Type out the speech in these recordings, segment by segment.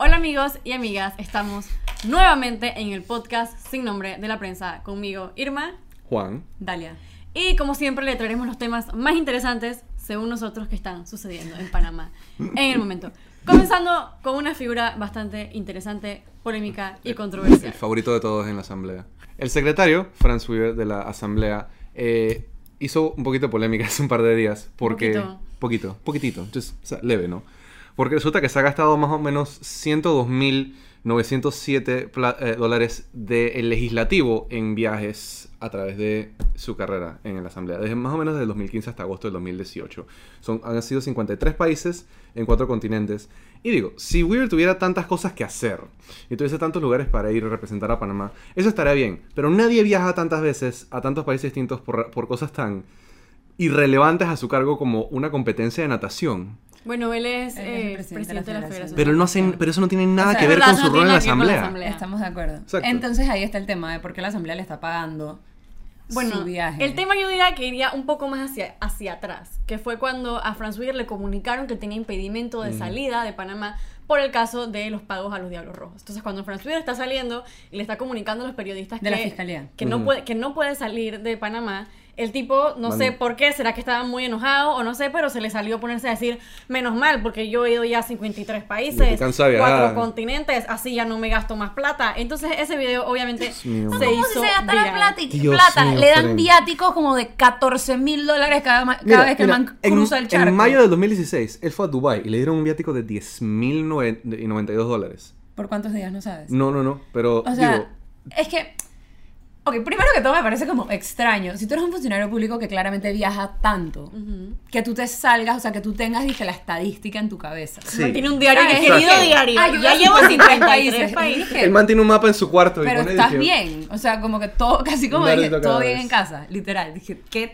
Hola amigos y amigas, estamos nuevamente en el podcast sin nombre de la prensa, conmigo Irma, Juan, Dalia. Y como siempre le traeremos los temas más interesantes, según nosotros, que están sucediendo en Panamá en el momento. Comenzando con una figura bastante interesante, polémica y controversial. el favorito de todos en la asamblea. El secretario, Franz Weber, de la asamblea, hizo un poquito de polémica hace un par de días. Porque, poquitito, just, o sea, leve, ¿no? Porque resulta que se ha gastado más o menos $102,907 del legislativo en viajes a través de su carrera en la asamblea. Desde más o menos desde el 2015 hasta agosto del 2018. Han sido 53 países en 4 continentes. Y digo, si Weber tuviera tantas cosas que hacer y tuviese tantos lugares para ir a representar a Panamá, eso estaría bien. Pero nadie viaja tantas veces a tantos países distintos por cosas tan irrelevantes a su cargo como una competencia de natación. Bueno, él es presidente de la Federación. Pero eso no tiene nada que ver con su rol en la asamblea. Estamos de acuerdo. Exacto. Entonces ahí está el tema de por qué la asamblea le está pagando su viaje. El tema yo diría que iría un poco más hacia atrás, que fue cuando a Franz Weber le comunicaron que tenía impedimento de salida de Panamá por el caso de los pagos a los Diablos Rojos. Entonces cuando Franz Weber está saliendo y le está comunicando a los periodistas de la fiscalía que no puede salir de Panamá, el tipo, no sé por qué, será que estaba muy enojado o no sé, pero se le salió a ponerse a decir, menos mal, porque yo he ido ya a 53 países, 4 continentes, así ya no me gasto más plata. Entonces ese video obviamente se hizo ¿Cómo se gasta la plata? Dios mío, le dan viáticos como de $14,000 cada vez que el man cruza el charco. En mayo del 2016, él fue a Dubái y le dieron un viático de $10,092. ¿Por cuántos días? No sabes. No, pero o sea, digo... es que... Ok, primero que todo me parece como extraño. Si tú eres un funcionario público que claramente viaja tanto, que tú te salgas, o sea, que tú tengas, dije, la estadística en tu cabeza. Sí. Tiene un diario que Exacto. querido diario. Ya llevo 53 países. Él mantiene un mapa en su cuarto. Pero y pone, estás bien. O sea, como que todo, casi como dije, todo bien vez. en casa. Literal. Dije, ¿qué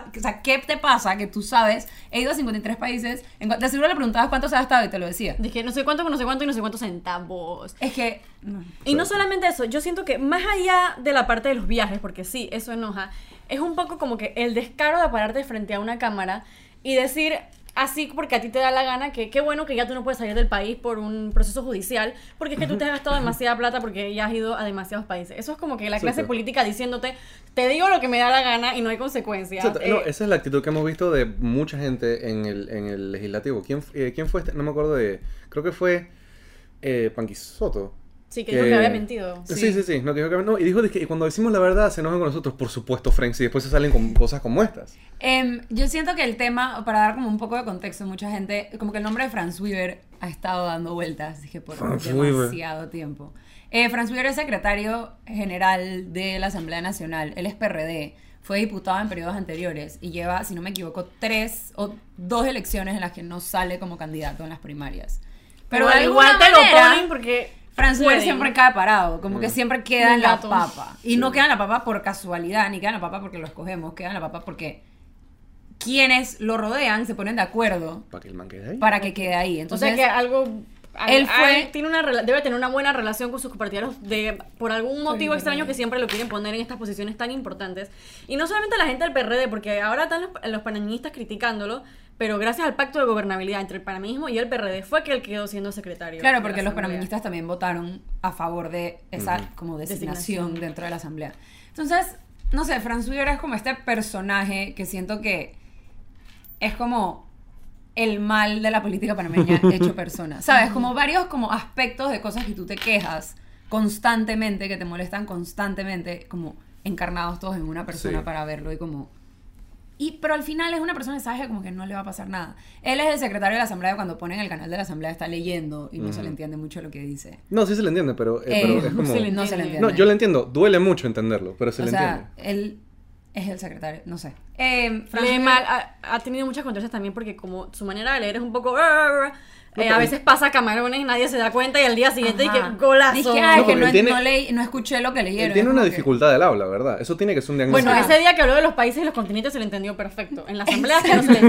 te pasa que tú sabes? He ido a 53 países. De seguro le preguntabas cuánto se ha gastado y te lo decía. Dije, no sé cuánto y no sé cuántos centavos. Es que... No. Y no solamente eso, yo siento que más allá de la parte de los viajes, porque sí, eso enoja, es un poco como que el descaro de pararte frente a una cámara y decir así porque a ti te da la gana que qué bueno que ya tú no puedes salir del país por un proceso judicial, porque es que tú te has gastado demasiada plata porque ya has ido a demasiados países. Eso es como que la clase política diciéndote, te digo lo que me da la gana y no hay consecuencias. No, esa es la actitud que hemos visto de mucha gente en el legislativo. ¿Quién fue este? No me acuerdo creo que fue Panquisoto. Sí, que dijo que había mentido. Sí. No, que dijo que no, y dijo que cuando decimos la verdad se enojan con nosotros, por supuesto, Frank, y después se salen con cosas como estas. Yo siento que el tema, para dar como un poco de contexto, mucha gente, como que el nombre de Franz Weber ha estado dando vueltas, dije, por demasiado tiempo. Franz Weber es secretario general de la Asamblea Nacional, él es PRD, fue diputado en periodos anteriores y lleva, si no me equivoco, 3 o 2 elecciones en las que no sale como candidato en las primarias. Pero al igual te lo ponen porque... Franz Weber siempre cae parado, como que siempre queda en la papa. Y no queda en la papa por casualidad, ni queda en la papa porque lo escogemos, queda en la papa porque quienes lo rodean se ponen de acuerdo para que el man quede ahí. Para que quede ahí. Entonces, o sea que algo... Él debe tener una buena relación con sus compartidarios por algún motivo extraño que siempre lo quieren poner en estas posiciones tan importantes. Y no solamente la gente del PRD, porque ahora están los panameñistas criticándolo, pero gracias al pacto de gobernabilidad entre el panameñismo y el PRD fue que él quedó siendo secretario. Claro, porque los panameñistas también votaron a favor de esa como designación dentro de la asamblea. Entonces, no sé, Franz Weber es como este personaje que siento que es como el mal de la política panameña hecho persona. ¿Sabes? Como varios como aspectos de cosas que tú te quejas constantemente, que te molestan constantemente, como encarnados todos en una persona para verlo y como... pero al final es una persona que sabe que como que no le va a pasar nada. Él es el secretario de la asamblea, cuando pone en el canal de la asamblea está leyendo y no se le entiende mucho lo que dice. No, sí se le entiende, pero es como... No se le entiende. No, yo le entiendo. Duele mucho entenderlo, pero se le entiende. Él es el secretario, no sé. Ha tenido muchas controversias también porque como su manera de leer es un poco... a veces pasa camarones, nadie se da cuenta y al día siguiente dije golazo. Dije, no escuché lo que leyeron. Tiene una dificultad del habla, ¿verdad? Eso tiene que ser un diagnóstico. Bueno, ese día que habló de los países y los continentes se le entendió perfecto. En la asamblea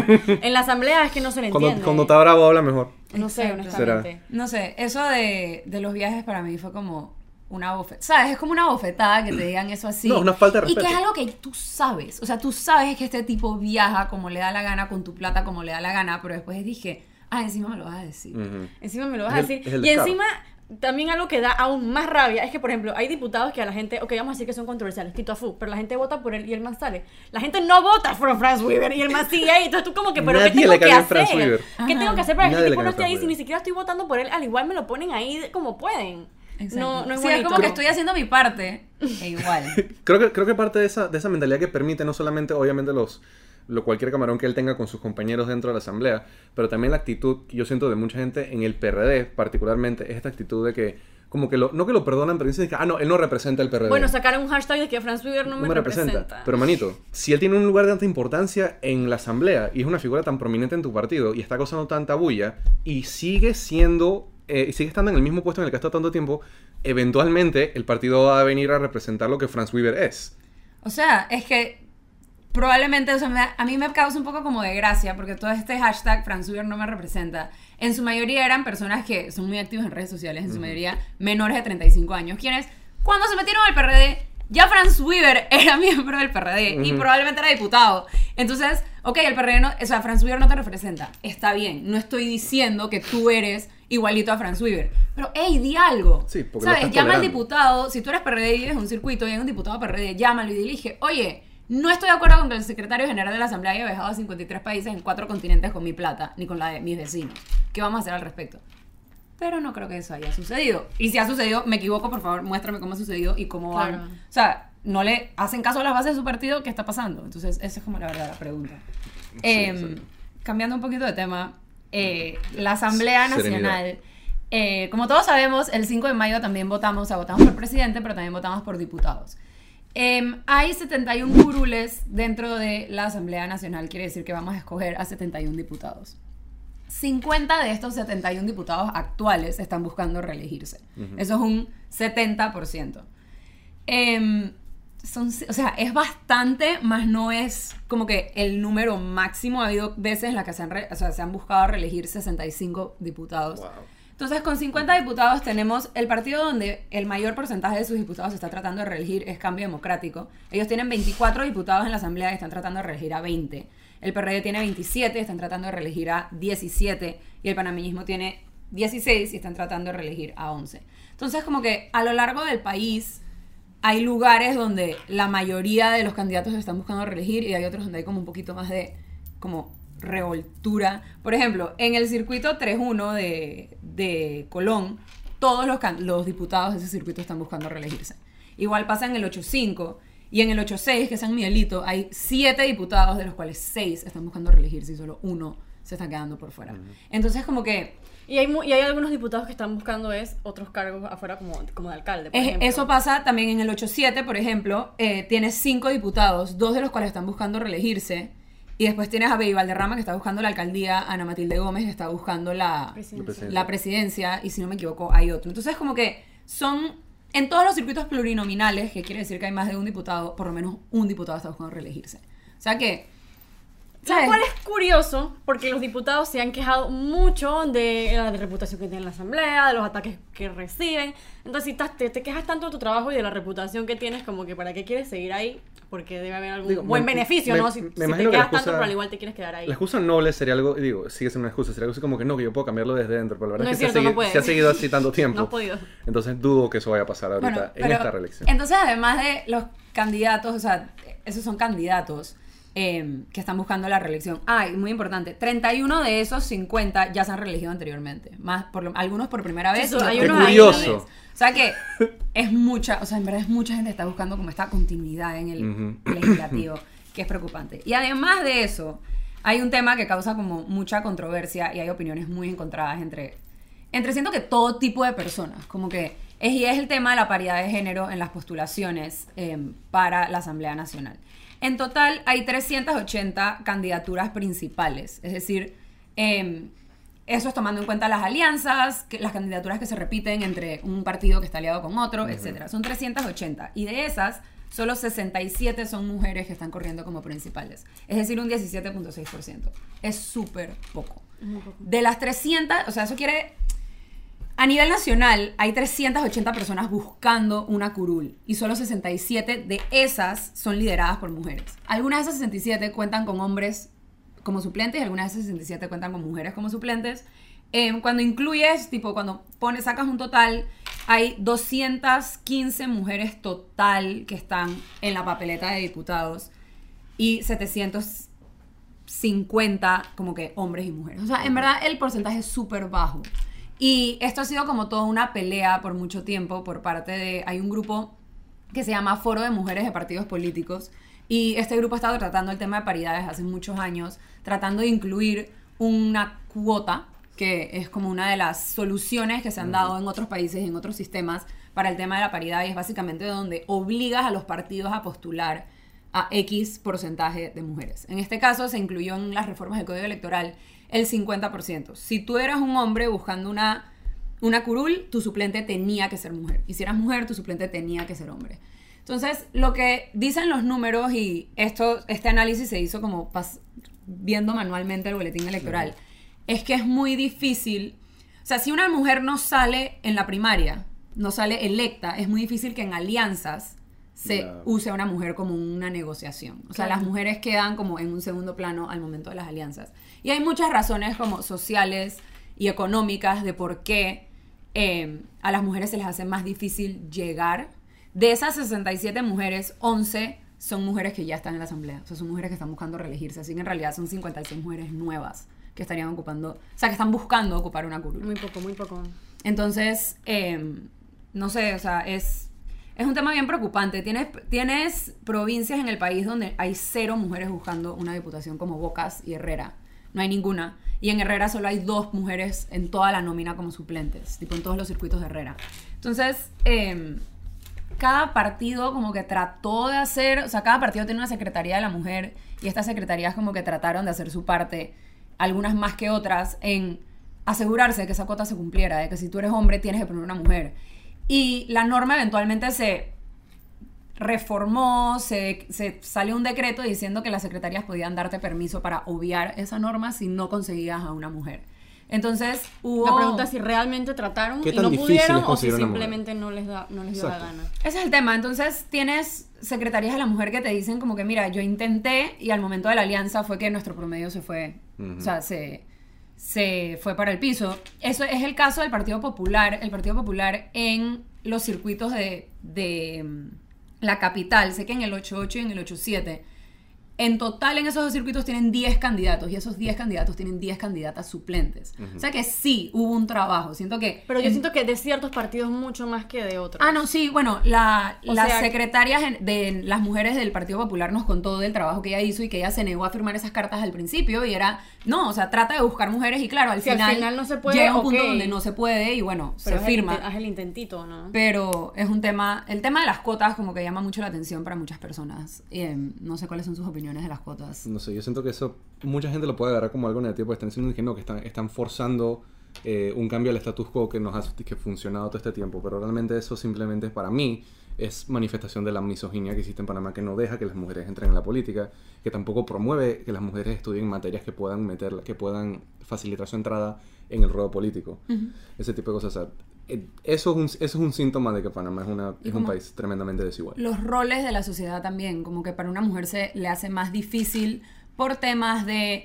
es que no se le entiende. Cuando está bravo habla mejor. No sé, honestamente. No sé, eso de los viajes para mí fue como una bofetada. ¿Sabes? Es como una bofetada que te digan eso así. No, una falta de respeto. Y que es algo que tú sabes. O sea, tú sabes que este tipo viaja como le da la gana, con tu plata como le da la gana, pero después dije... Encima me lo vas a decir. Encima me lo vas a decir. Es el Y descaro. encima, también algo que da aún más rabia es que, por ejemplo, hay diputados que a la gente, ok, vamos a decir que son controversiales, Tito Afú, pero la gente vota por él y el man sale. La gente no vota por Franz Weber y el man sigue ahí. Entonces tú como que, pero ¿qué Nadie tengo le que cambia a hacer? Franz Weber. ¿Qué tengo que hacer para que Nadie este le tipo no cambia a esté ahí? Franz Si ni Weber. siquiera estoy votando por él, al igual me lo ponen ahí como pueden. No, no es Sí, es bonito. como que estoy haciendo mi parte e igual. Creo que parte de esa mentalidad que permite no solamente, obviamente, cualquier camarón que él tenga con sus compañeros dentro de la asamblea, pero también la actitud que yo siento de mucha gente en el PRD particularmente, es esta actitud de que, como que no que lo perdonan, pero dicen que, no, él no representa el PRD. Bueno, sacaron un hashtag de que Franz Weber no me representa. Pero manito, si él tiene un lugar de tanta importancia en la asamblea y es una figura tan prominente en tu partido y está causando tanta bulla y sigue siendo... y sigue estando en el mismo puesto en el que ha estado tanto tiempo, eventualmente el partido va a venir a representar lo que Franz Weber es. O sea, es que probablemente, o sea, a mí me causa un poco como de gracia, porque todo este hashtag Franz Weber no me representa, en su mayoría eran personas que son muy activas en redes sociales, en su mayoría menores de 35 años, quienes cuando se metieron al PRD, ya Franz Weber era miembro del PRD y probablemente era diputado. Entonces, ok, el PRD no, o sea, Franz Weber no te representa, está bien, no estoy diciendo que tú eres igualito a Franz Weber, pero hey, di algo. Sí, porque ¿sabes? lo estás Llama al tolerando. diputado, si tú eres PRD y vives en un circuito y hay un diputado PRD, llámalo y dirige, oye, no estoy de acuerdo con que el secretario general de la Asamblea haya viajado a 53 países en 4 continentes con mi plata, ni con la de mis vecinos. ¿Qué vamos a hacer al respecto? Pero no creo que eso haya sucedido. Y si ha sucedido, me equivoco, por favor, muéstrame cómo ha sucedido y cómo van. Claro. O sea, no le hacen caso a las bases de su partido, ¿qué está pasando? Entonces, esa es como la verdadera pregunta. exacto. Cambiando un poquito de tema, la Asamblea Serenidad. Nacional, como todos sabemos, el 5 de mayo también votamos por presidente, pero también votamos por diputados. Hay 71 curules dentro de la Asamblea Nacional, quiere decir que vamos a escoger a 71 diputados. 50 de estos 71 diputados actuales están buscando reelegirse. Eso es un 70%. O sea, es bastante, más no es como que el número máximo. Ha habido veces en las que se han buscado reelegir 65 diputados. Wow. Entonces, con 50 diputados tenemos el partido donde el mayor porcentaje de sus diputados se está tratando de reelegir, es Cambio Democrático. Ellos tienen 24 diputados en la Asamblea y están tratando de reelegir a 20. El PRD tiene 27 y están tratando de reelegir a 17. Y el panameñismo tiene 16 y están tratando de reelegir a 11. Entonces, como que a lo largo del país hay lugares donde la mayoría de los candidatos se están buscando reelegir y hay otros donde hay como un poquito más de como revoltura. Por ejemplo, en el circuito 3-1 de Colón, todos los diputados de ese circuito están buscando reelegirse. Igual pasa en el 8-5 y en el 8-6, que es San Miguelito, hay 7 diputados, de los cuales 6 están buscando reelegirse y solo 1 se está quedando por fuera. Entonces, como que Y hay algunos diputados que están buscando otros cargos afuera como de alcalde, por ejemplo. eso pasa también en el 8-7, por ejemplo, tienes 5 diputados, 2 de los cuales están buscando reelegirse, y después tienes a Baby Valderrama, que está buscando la alcaldía, Ana Matilde Gómez, que está buscando la presidencia, y si no me equivoco, hay otro. Entonces, como que son, en todos los circuitos plurinominales, que quiere decir que hay más de un diputado, por lo menos un diputado está buscando reelegirse. O sea que, Lo cual es curioso, porque los diputados se han quejado mucho de la reputación que tiene la Asamblea, de los ataques que reciben. Entonces, si te quejas tanto de tu trabajo y de la reputación que tienes, como que ¿para qué quieres seguir ahí? Porque debe haber algún buen beneficio, ¿no? Si te imagino que quejas tanto, pero al igual te quieres quedar ahí. La excusa noble sería algo, sigue siendo una excusa, sería algo así como que no, que yo puedo cambiarlo desde dentro, pero la verdad No es que es cierto, no puedes. se ha seguido así tanto tiempo. No has podido. Entonces dudo que eso vaya a pasar ahorita bueno, en esta reelección. Entonces, además de los candidatos, o sea, esos son candidatos que están buscando la reelección. Y muy importante, 31 de esos 50 ya se han reelegido anteriormente. Algunos por primera vez. Sí, y hay otros unos por ahí, segunda curioso. vez. O sea que es mucha, o sea, en verdad es mucha gente que está buscando como esta continuidad en el legislativo, que es preocupante. Y además de eso, hay un tema que causa como mucha controversia y hay opiniones muy encontradas entre siento que todo tipo de personas, como que es el tema de la paridad de género en las postulaciones para la Asamblea Nacional. En total hay 380 candidaturas principales, es decir, eso es tomando en cuenta las alianzas, las candidaturas que se repiten entre un partido que está aliado con otro, etc. Son 380 y de esas solo 67 son mujeres que están corriendo como principales, es decir, un 17.6%. Es súper poco. De las 300, o sea, eso quiere... A nivel nacional hay 380 personas buscando una curul y solo 67 de esas son lideradas por mujeres. Algunas de esas 67 cuentan con hombres como suplentes y algunas de esas 67 cuentan con mujeres como suplentes. Cuando incluyes, tipo, cuando sacas un total, hay 215 mujeres total que están en la papeleta de diputados y 750 como que hombres y mujeres. O sea, en verdad el porcentaje es súper bajo. Y esto ha sido como toda una pelea por mucho tiempo por parte de... Hay un grupo que se llama Foro de Mujeres de Partidos Políticos y este grupo ha estado tratando el tema de paridad desde hace muchos años, tratando de incluir una cuota que es como una de las soluciones que se han dado en otros países y en otros sistemas para el tema de la paridad, y es básicamente donde obligas a los partidos a postular a X porcentaje de mujeres. En este caso se incluyó en las reformas del Código Electoral el 50%. Si tú eras un hombre buscando una curul, tu suplente tenía que ser mujer. Y si eras mujer, tu suplente tenía que ser hombre. Entonces, lo que dicen los números, y este análisis se hizo como viendo manualmente el boletín electoral, es que es muy difícil. O sea, si una mujer no sale en la primaria, no sale electa, es muy difícil que en alianzas se use a una mujer como una negociación. O sea, las mujeres quedan como en un segundo plano al momento de las alianzas. Y hay muchas razones como sociales y económicas de por qué a las mujeres se les hace más difícil llegar. De esas 67 mujeres, 11 son mujeres que ya están en la asamblea. O sea, son mujeres que están buscando reelegirse. Así que en realidad son 56 mujeres nuevas que estarían ocupando, o sea, que están buscando ocupar una curul. Muy poco, muy poco. Entonces, no sé, o sea, es un tema bien preocupante. Tienes provincias en el país donde hay 0 mujeres buscando una diputación, como Bocas y Herrera. No hay ninguna. Y en Herrera solo hay 2 mujeres en toda la nómina como suplentes, tipo en todos los circuitos de Herrera. Entonces, cada partido como que trató de hacer, o sea, cada partido tiene una secretaría de la mujer y estas secretarías como que trataron de hacer su parte, algunas más que otras, en asegurarse de que esa cuota se cumpliera, de que si tú eres hombre tienes que poner una mujer. Y la norma eventualmente se reformó, se salió un decreto diciendo que las secretarías podían darte permiso para obviar esa norma si no conseguías a una mujer. Entonces hubo... La pregunta es si realmente trataron y no pudieron o si simplemente no les dio la gana. Ese es el tema. Entonces tienes secretarías de la mujer que te dicen como que mira, yo intenté y al momento de la alianza fue que nuestro promedio se fue, o sea, se fue para el piso. Eso es el caso del Partido Popular. El Partido Popular en los circuitos de la capital, sé que en el 8-8 y en el 8-7, en total en esos 2 circuitos tienen 10 candidatos y esos 10 candidatos tienen 10 candidatas suplentes. O sea que sí, hubo un trabajo. Siento que... Pero yo siento que de ciertos partidos mucho más que de otros. Ah, no, sí, bueno, las secretarias de las mujeres del Partido Popular nos contó del trabajo que ella hizo y que ella se negó a firmar esas cartas al principio y era, no, o sea, trata de buscar mujeres y claro, al final no se puede, llega un punto donde no se puede y bueno, pero se firma. Haz el intentito, ¿no? Pero es un tema, el tema de las cuotas como que llama mucho la atención para muchas personas. No sé cuáles son sus opiniones de las cuotas. No sé, yo siento que eso mucha gente lo puede agarrar como algo negativo, porque están diciendo que no, que están forzando un cambio al status quo que nos ha funcionado todo este tiempo, pero realmente eso simplemente para mí es manifestación de la misoginia que existe en Panamá, que no deja que las mujeres entren en la política, que tampoco promueve que las mujeres estudien materias que puedan facilitar su entrada en el ruedo político. Ese tipo de cosas. O sea, eso es un síntoma de que Panamá es un país tremendamente desigual. Los roles de la sociedad también, como que para una mujer se le hace más difícil por temas de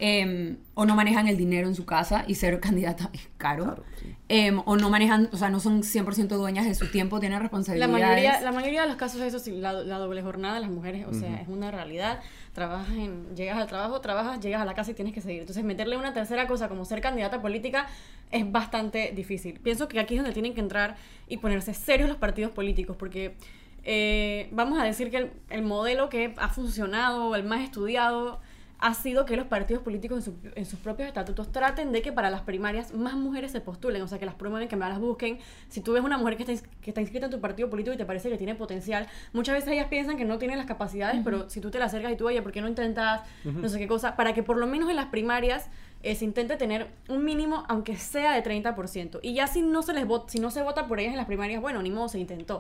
o no manejan el dinero en su casa y ser candidata es caro, sí. O no manejan, o sea, no son 100% dueñas de su tiempo, tienen responsabilidades. La mayoría de los casos eso sí, la doble jornada de las mujeres, o sea, es una realidad. Llegas al trabajo, trabajas, llegas a la casa y tienes que seguir. Entonces meterle una tercera cosa como ser candidata política es bastante difícil. Pienso que aquí es donde tienen que entrar y ponerse serios los partidos políticos, porque vamos a decir que el modelo que ha funcionado, el más estudiado, ha sido que los partidos políticos en sus propios estatutos traten de que para las primarias más mujeres se postulen, o sea, que las promueven, que las busquen. Si tú ves una mujer que está inscrita en tu partido político y te parece que tiene potencial, muchas veces ellas piensan que no tiene las capacidades, pero si tú te la acercas y tú, oye, ¿por qué no intentas no sé qué cosa? Para que por lo menos en las primarias se intente tener un mínimo, aunque sea de 30%. Y ya si no se vota por ellas en las primarias, bueno, ni modo, se intentó.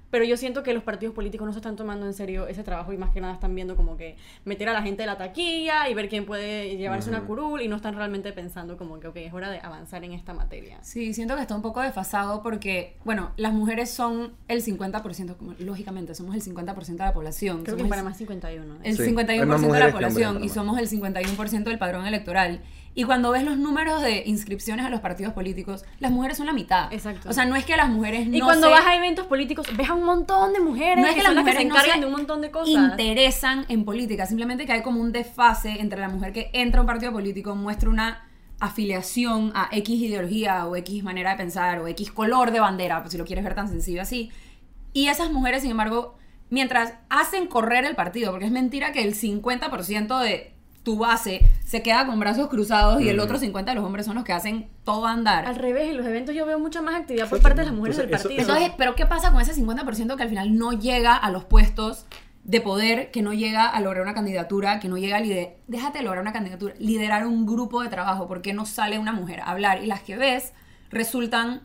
pero yo siento que los partidos políticos no se están tomando en serio ese trabajo y más que nada están viendo como que meter a la gente de la taquilla y ver quién puede llevarse una curul y no están realmente pensando como que, ok, es hora de avanzar en esta materia. Sí, siento que está un poco desfasado porque, bueno, las mujeres son el 50%, como, lógicamente, somos el 50% de la población. Creo que en Panamá es 51. El Sí, 51% de la población y somos el 51% del padrón electoral. Y cuando ves los números de inscripciones a los partidos políticos, las mujeres son la mitad. Exacto. O sea, no es que las mujeres no y cuando vas a eventos políticos, ves a un montón de mujeres no es que son las las que mujeres se no encargan se de un montón de cosas. interesan en política, simplemente que hay como un desfase entre la mujer que entra a un partido político, muestra una afiliación a X ideología o X manera de pensar o X color de bandera, pues si lo quieres ver tan sencillo así. Y esas mujeres, sin embargo, mientras hacen correr el partido, porque es mentira que el 50% de tu base se queda con brazos cruzados y el otro 50% de los hombres son los que hacen todo andar. Al revés, en los eventos yo veo mucha más actividad por parte de las mujeres del partido. Entonces, ¿pero qué pasa con ese 50% que al final no llega a los puestos de poder, que no llega a lograr una candidatura, que no llega a déjate de lograr una candidatura, liderar un grupo de trabajo? ¿Por qué no sale una mujer a hablar? Y las que ves resultan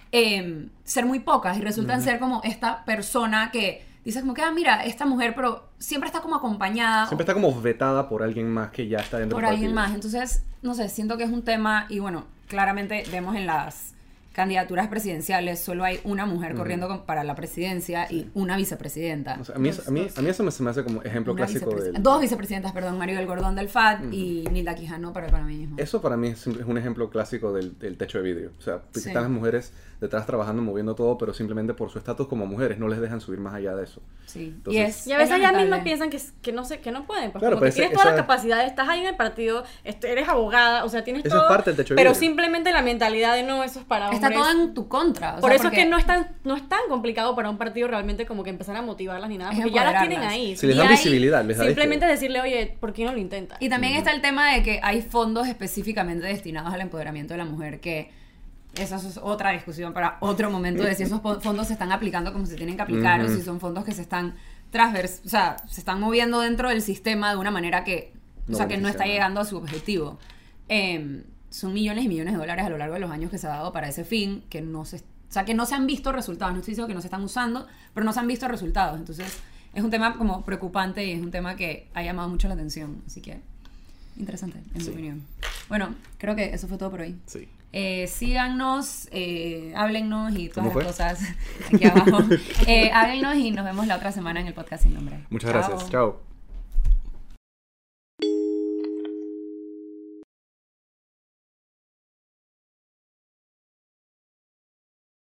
ser muy pocas y resultan ser como esta persona que dices como que, mira, esta mujer, pero siempre está como acompañada. Siempre está como vetada por alguien más que ya está dentro del partido. Por alguien más. Entonces, no sé, siento que es un tema y bueno, claramente vemos en las candidaturas presidenciales solo hay una mujer corriendo para la presidencia y una vicepresidenta. O sea, a mí eso se me hace como ejemplo clásico del... Dos vicepresidentas, perdón, Maribel Gordón del FAD y Nilda Quijano para mí mismo. Eso para mí es un ejemplo clásico del techo de vidrio. O sea, que están las mujeres detrás trabajando, moviendo todo, pero simplemente por su estatus como mujeres no les dejan subir más allá de eso. Sí. Entonces, y a veces ellas mismas piensan que no pueden, pues claro, como que pero tienes todas las capacidades, estás ahí en el partido, eres abogada, o sea, tienes eso todo, es parte del techo de pero vidrio. simplemente la mentalidad de no, eso es para hombres. Está todo en tu contra. Por eso es que no es tan complicado para un partido realmente como que empezar a motivarlas ni nada, porque ya las tienen ahí. Si les dan visibilidad, les da simplemente decirle, oye, ¿por qué no lo intentas? Y también está el tema de que hay fondos específicamente destinados al empoderamiento de la mujer que... Esa es otra discusión para otro momento de si esos fondos se están aplicando como se tienen que aplicar o si son fondos que se están o sea, se están moviendo dentro del sistema de una manera que, que no está llegando a su objetivo. Son millones y millones de dólares a lo largo de los años que se ha dado para ese fin, que no se han visto resultados. No estoy diciendo que no se están usando, pero no se han visto resultados. Entonces, es un tema como preocupante y es un tema que ha llamado mucho la atención. Así que, interesante, en mi opinión. Bueno, creo que eso fue todo por hoy. Sí. Síganos, háblennos y todas las cosas aquí abajo. Háblennos y nos vemos la otra semana en el podcast Sin Nombre. Muchas gracias. Chao.